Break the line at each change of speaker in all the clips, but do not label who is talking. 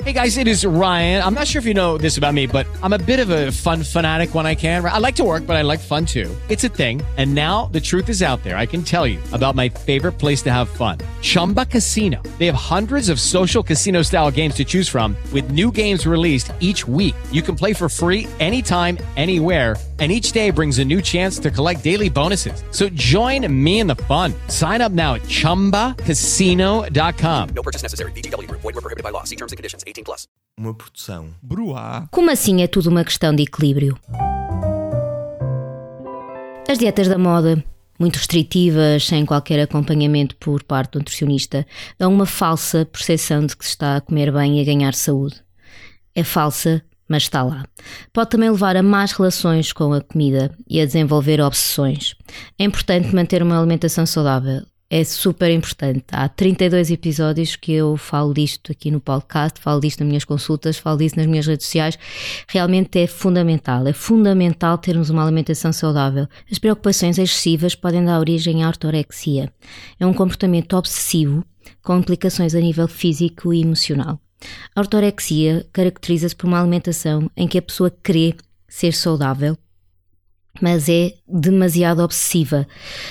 Hey guys, it is Ryan. I'm not sure if you know this about me, but I'm a bit of a fun fanatic when I can. I like to work, but I like fun too. It's a thing. And now the truth is out there. I can tell you about my favorite place to have fun. Chumba Casino. They have hundreds of social casino style games to choose from with new games released each week. You can play for free anytime, anywhere. And each day brings a new chance to collect daily bonuses. So join me in the fun. Sign up now at ChumbaCasino.com.
No purchase necessary. VGW Group. Void where prohibited by law. See terms and conditions. 18+.
Uma produção
Bruá.
Como assim é tudo uma questão de equilíbrio? As dietas da moda, muito restritivas, sem qualquer acompanhamento por parte do nutricionista, dão uma falsa percepção de que se está a comer bem e a ganhar saúde. É falsa, mas está lá. Pode também levar a más relações com a comida e a desenvolver obsessões. É importante manter uma alimentação saudável. É super importante. Há 32 episódios que eu falo disto aqui no podcast, falo disto nas minhas consultas, falo disso nas minhas redes sociais. Realmente é fundamental. É fundamental termos uma alimentação saudável. As preocupações excessivas podem dar origem à ortorexia. É um comportamento obsessivo com implicações a nível físico e emocional. A ortorexia caracteriza-se por uma alimentação em que a pessoa crê ser saudável, mas é demasiado obsessiva.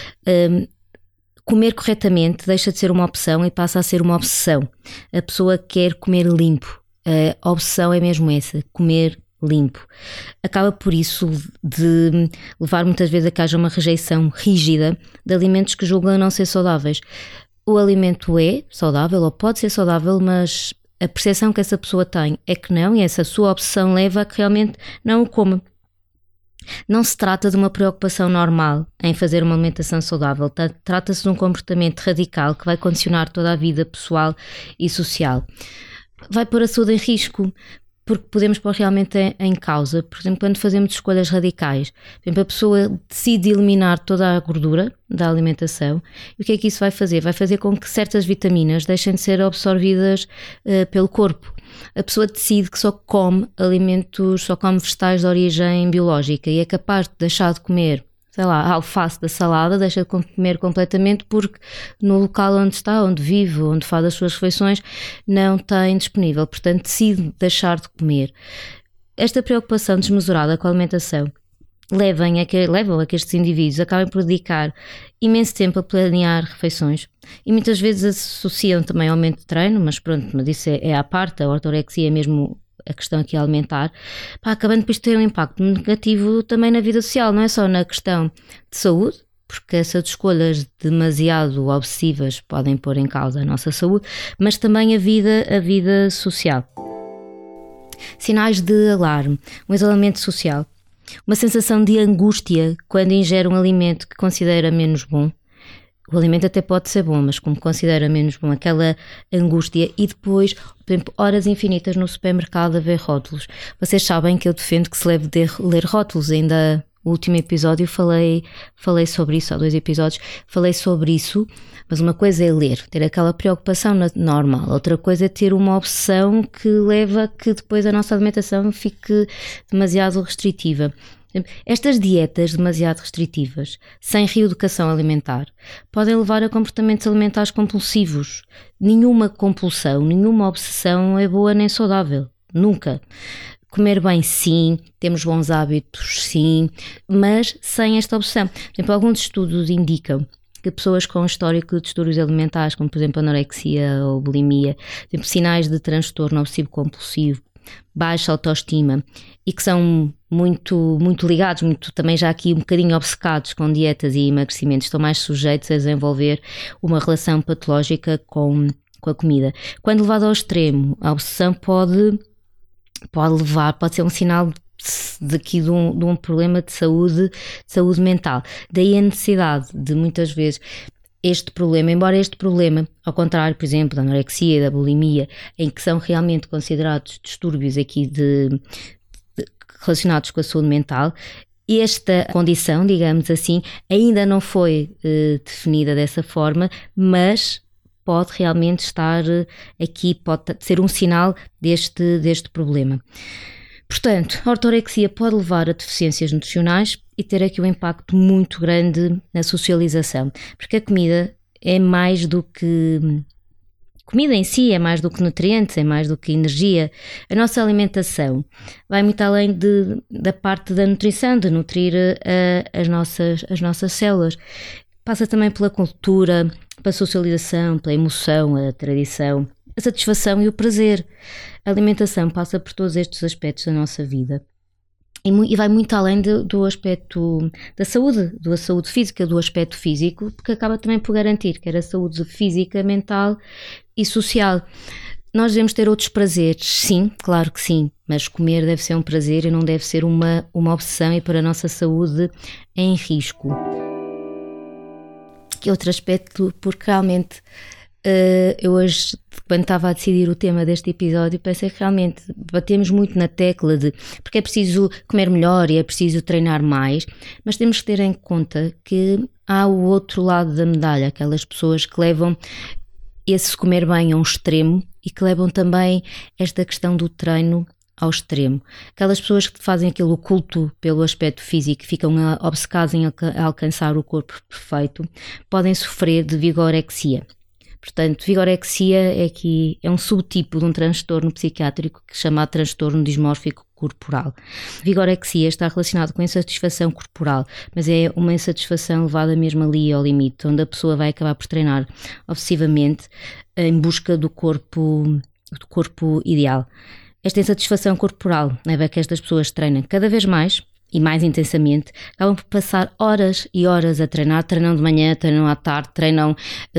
Comer corretamente deixa de ser uma opção e passa a ser uma obsessão. A pessoa quer comer limpo. A obsessão é mesmo essa, comer limpo. Acaba por isso de levar muitas vezes a que haja uma rejeição rígida de alimentos que julgam não ser saudáveis. O alimento é saudável ou pode ser saudável, mas a percepção que essa pessoa tem é que não, e essa sua obsessão leva a que realmente não o coma. Não se trata de uma preocupação normal em fazer uma alimentação saudável. Trata-se de um comportamento radical que vai condicionar toda a vida pessoal e social. Vai pôr a saúde em risco, porque podemos pôr realmente em causa. Por exemplo, quando fazemos escolhas radicais, por exemplo, a pessoa decide eliminar toda a gordura da alimentação, e o que é que isso vai fazer? Vai fazer com que certas vitaminas deixem de ser absorvidas pelo corpo. A pessoa decide que só come alimentos, só come vegetais de origem biológica e é capaz de deixar de comer, sei lá, a alface da salada, deixa de comer completamente porque no local onde está, onde vive, onde faz as suas refeições, não tem disponível, portanto decide deixar de comer. Esta preocupação desmesurada com a alimentação levam a que estes indivíduos acabem por dedicar imenso tempo a planear refeições e muitas vezes associam também ao aumento de treino, mas pronto, mas isso é à parte, a ortorexia é mesmo a questão aqui alimentar, acabando por isto ter um impacto negativo também na vida social, não é só na questão de saúde, porque essas escolhas demasiado obsessivas podem pôr em causa a nossa saúde, mas também a vida social. Sinais de alarme, um isolamento social, uma sensação de angústia quando ingere um alimento que considera menos bom. O alimento até pode ser bom, mas como considera menos bom, aquela angústia, e depois, por exemplo, horas infinitas no supermercado a ver rótulos. Vocês sabem que eu defendo que se deve ler rótulos. Ainda no último episódio falei sobre isso, há 2 episódios, falei sobre isso, mas uma coisa é ler, ter aquela preocupação normal, outra coisa é ter uma obsessão que leva a que depois a nossa alimentação fique demasiado restritiva. Estas dietas demasiado restritivas, sem reeducação alimentar, podem levar a comportamentos alimentares compulsivos. Nenhuma compulsão, nenhuma obsessão é boa nem saudável. Nunca. Comer bem, sim, temos bons hábitos, sim, mas sem esta obsessão. Por exemplo, alguns estudos indicam que pessoas com histórico de distúrbios alimentares, como por exemplo anorexia ou bulimia, têm sinais de transtorno obsessivo-compulsivo, baixa autoestima e que são muito ligados, também já aqui um bocadinho obcecados com dietas e emagrecimento, estão mais sujeitos a desenvolver uma relação patológica com a comida. Quando levado ao extremo, a obsessão pode ser um sinal de um problema de saúde mental. Daí a necessidade de muitas vezes este problema, embora este problema, ao contrário, por exemplo, da anorexia e da bulimia, em que são realmente considerados distúrbios aqui relacionados com a saúde mental, esta condição, digamos assim, ainda não foi definida dessa forma, mas pode realmente estar aqui, pode ser um sinal deste problema. Portanto, a ortorexia pode levar a deficiências nutricionais e ter aqui um impacto muito grande na socialização, porque a comida é mais do que comida em si é mais do que nutrientes, é mais do que energia. A nossa alimentação vai muito além da parte da nutrição, de nutrir as nossas células. Passa também pela cultura, pela socialização, pela emoção, a tradição, a satisfação e o prazer. A alimentação passa por todos estes aspectos da nossa vida. E vai muito além do aspecto da saúde física, do aspecto físico, porque acaba também por garantir quer a saúde física, mental e social. Nós devemos ter outros prazeres, sim, claro que sim, mas comer deve ser um prazer e não deve ser uma obsessão e para a nossa saúde em risco. Que outro aspecto, porque realmente eu hoje, quando estava a decidir o tema deste episódio, pensei que realmente batemos muito na tecla de porque é preciso comer melhor e é preciso treinar mais, mas temos que ter em conta que há o outro lado da medalha, aquelas pessoas que levam esse comer bem a um extremo e que levam também esta questão do treino ao extremo. Aquelas pessoas que fazem aquele culto pelo aspecto físico, ficam obcecadas em alcançar o corpo perfeito, podem sofrer de vigorexia. Portanto, vigorexia é um subtipo de um transtorno psiquiátrico que se chama transtorno dismórfico corporal. Vigorexia está relacionado com insatisfação corporal, mas é uma insatisfação levada mesmo ali ao limite, onde a pessoa vai acabar por treinar obsessivamente em busca do corpo ideal. Esta insatisfação corporal leva a que estas pessoas treinem cada vez mais e mais intensamente, acabam por passar horas e horas a treinar, treinam de manhã, treinam à tarde, treinam,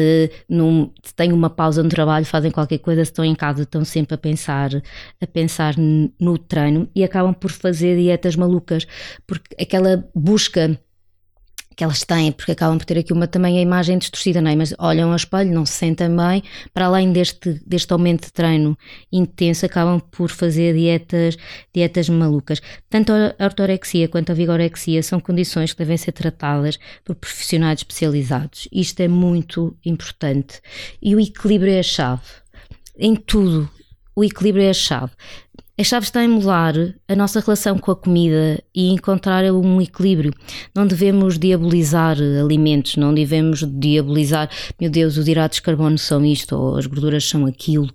se têm uma pausa no trabalho, fazem qualquer coisa, se estão em casa, estão sempre a pensar no treino e acabam por fazer dietas malucas, porque aquela busca que elas têm, porque acabam por ter aqui também a imagem distorcida, não é? Mas olham ao espelho, não se sentem bem, para além deste aumento de treino intenso, acabam por fazer dietas malucas. Tanto a ortorexia quanto a vigorexia são condições que devem ser tratadas por profissionais especializados. Isto é muito importante. E o equilíbrio é a chave. Em tudo, o equilíbrio é a chave. A chave está em mudar a nossa relação com a comida e encontrar um equilíbrio. Não devemos diabolizar alimentos, não devemos diabolizar, meu Deus, os hidratos de carbono são isto ou as gorduras são aquilo.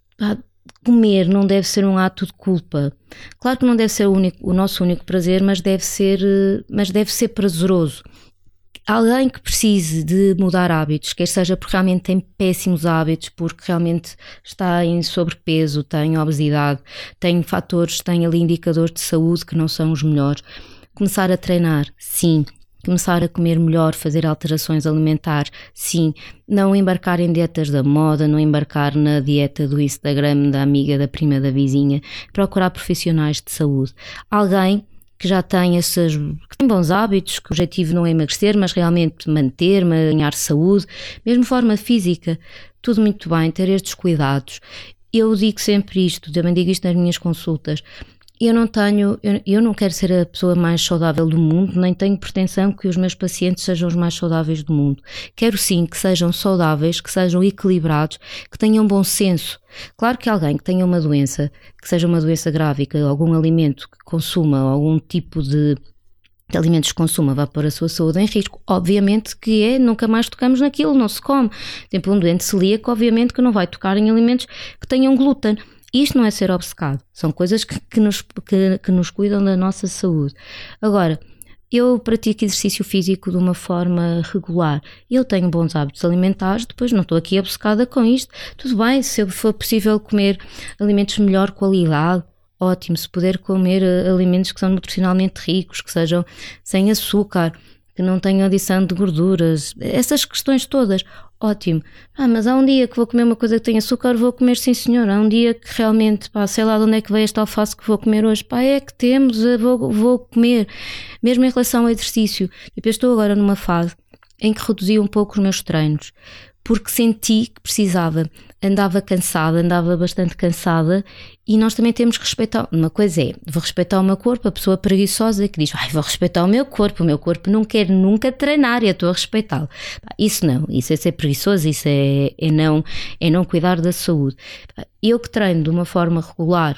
Comer não deve ser um ato de culpa. Claro que não deve ser o nosso único prazer, mas deve ser prazeroso. Alguém que precise de mudar hábitos, quer seja porque realmente tem péssimos hábitos, porque realmente está em sobrepeso, tem obesidade, tem ali indicadores de saúde que não são os melhores. Começar a treinar, sim. Começar a comer melhor, fazer alterações alimentares, sim. Não embarcar em dietas da moda, não embarcar na dieta do Instagram, da amiga, da prima, da vizinha. Procurar profissionais de saúde. Alguém que já tem que tem bons hábitos, que o objetivo não é emagrecer, mas realmente ganhar saúde, mesmo forma física, tudo muito bem, ter estes cuidados. Eu digo sempre isto, também digo isto nas minhas consultas. Eu não quero ser a pessoa mais saudável do mundo, nem tenho pretensão que os meus pacientes sejam os mais saudáveis do mundo. Quero sim que sejam saudáveis, que sejam equilibrados, que tenham bom senso. Claro que alguém que tenha uma doença, que seja uma doença grave, que algum alimento que consuma, algum tipo de alimentos que consuma vá pôr a sua saúde em risco, obviamente que nunca mais tocamos naquilo, não se come. Por exemplo, um doente celíaco, obviamente que não vai tocar em alimentos que tenham glúten. Isto não é ser obcecado, são coisas que nos cuidam da nossa saúde. Agora, eu pratico exercício físico de uma forma regular, eu tenho bons hábitos alimentares, depois não estou aqui obcecada com isto, tudo bem, se for possível comer alimentos de melhor qualidade, ótimo, se puder comer alimentos que são nutricionalmente ricos, que sejam sem açúcar, que não tenham adição de gorduras, essas questões todas, ótimo. Mas há um dia que vou comer uma coisa que tem açúcar, vou comer sim senhor. Há um dia que realmente, sei lá de onde é que veio esta alface que vou comer hoje. É que temos, vou comer. Mesmo em relação ao exercício. Eu estou agora numa fase em que reduzi um pouco os meus treinos, porque senti que precisava. Andava bastante cansada e nós também temos que respeitar. Uma coisa vou respeitar o meu corpo, a pessoa preguiçosa que diz, vou respeitar o meu corpo não quer nunca treinar e eu estou a respeitá-lo. Isso não, isso é ser preguiçoso, isso é não cuidar da saúde. Eu que treino de uma forma regular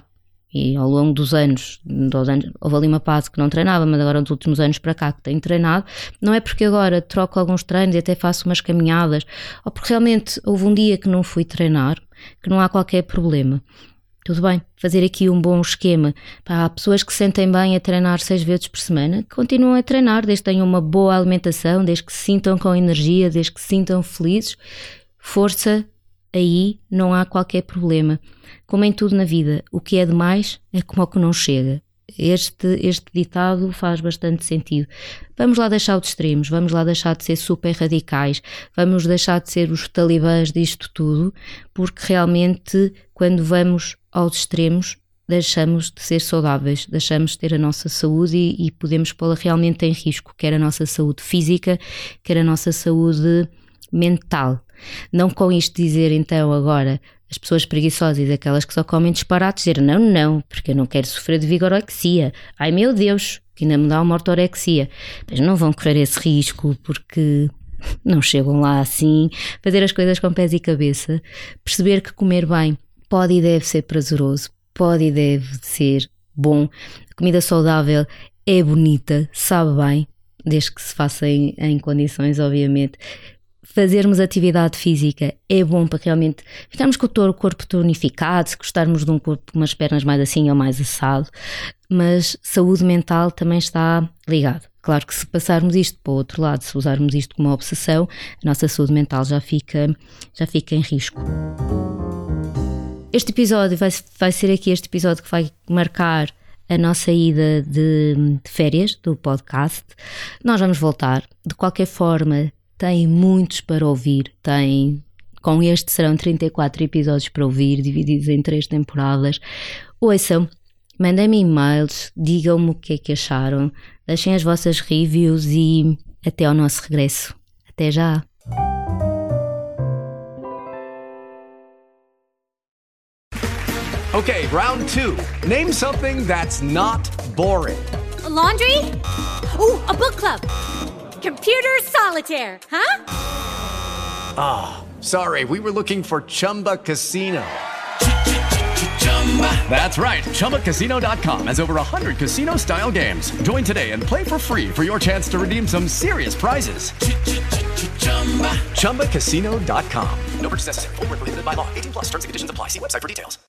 E ao longo dos anos, houve ali uma fase que não treinava, mas agora nos últimos anos para cá que tenho treinado, não é porque agora troco alguns treinos e até faço umas caminhadas, ou porque realmente houve um dia que não fui treinar, que não há qualquer problema. Tudo bem, fazer aqui um bom esquema. Há pessoas que se sentem bem a treinar 6 vezes por semana, que continuam a treinar, desde que tenham uma boa alimentação, desde que se sintam com energia, desde que se sintam felizes. Força, aí não há qualquer problema. Como em tudo na vida, o que é demais é como o que não chega. Este ditado faz bastante sentido. Vamos lá deixar os extremos, vamos lá deixar de ser super radicais, vamos deixar de ser os talibãs disto tudo, porque realmente quando vamos aos extremos deixamos de ser saudáveis, deixamos de ter a nossa saúde e podemos pô-la realmente em risco, quer a nossa saúde física, quer a nossa saúde mental. Não com isto dizer então agora as pessoas preguiçosas, aquelas que só comem disparates, dizer não, porque eu não quero sofrer de vigorexia. Ai meu Deus, que ainda me dá uma ortorexia. Mas não vão correr esse risco porque não chegam lá assim. Fazer as coisas com pés e cabeça. Perceber que comer bem pode e deve ser prazeroso, pode e deve ser bom. A comida saudável é bonita, sabe bem, desde que se faça em condições, obviamente. Fazermos atividade física é bom para realmente ficarmos com o corpo tonificado, se gostarmos de um corpo com umas pernas mais assim ou mais assado, mas saúde mental também está ligado. Claro que se passarmos isto para o outro lado, se usarmos isto como uma obsessão, a nossa saúde mental já fica em risco. Este episódio vai ser aqui este episódio que vai marcar a nossa ida de férias do podcast. Nós vamos voltar. De qualquer forma, tem muitos para ouvir. Com este serão 34 episódios para ouvir, divididos em 3 temporadas. Ouçam, mandem-me e-mails, digam-me o que é que acharam, deixem as vossas reviews e até ao nosso regresso. Até já!
Okay, round 2. Name something that's not boring.
A laundry? Ooh, a book club. Computer solitaire, huh?
Sorry, we were looking for Chumba Casino. That's right. ChumbaCasino.com has over 100 casino-style games. Join today and play for free for your chance to redeem some serious prizes. ChumbaCasino.com.
No purchase necessary. Void where prohibited by law. 18+ terms and conditions apply. See website for details.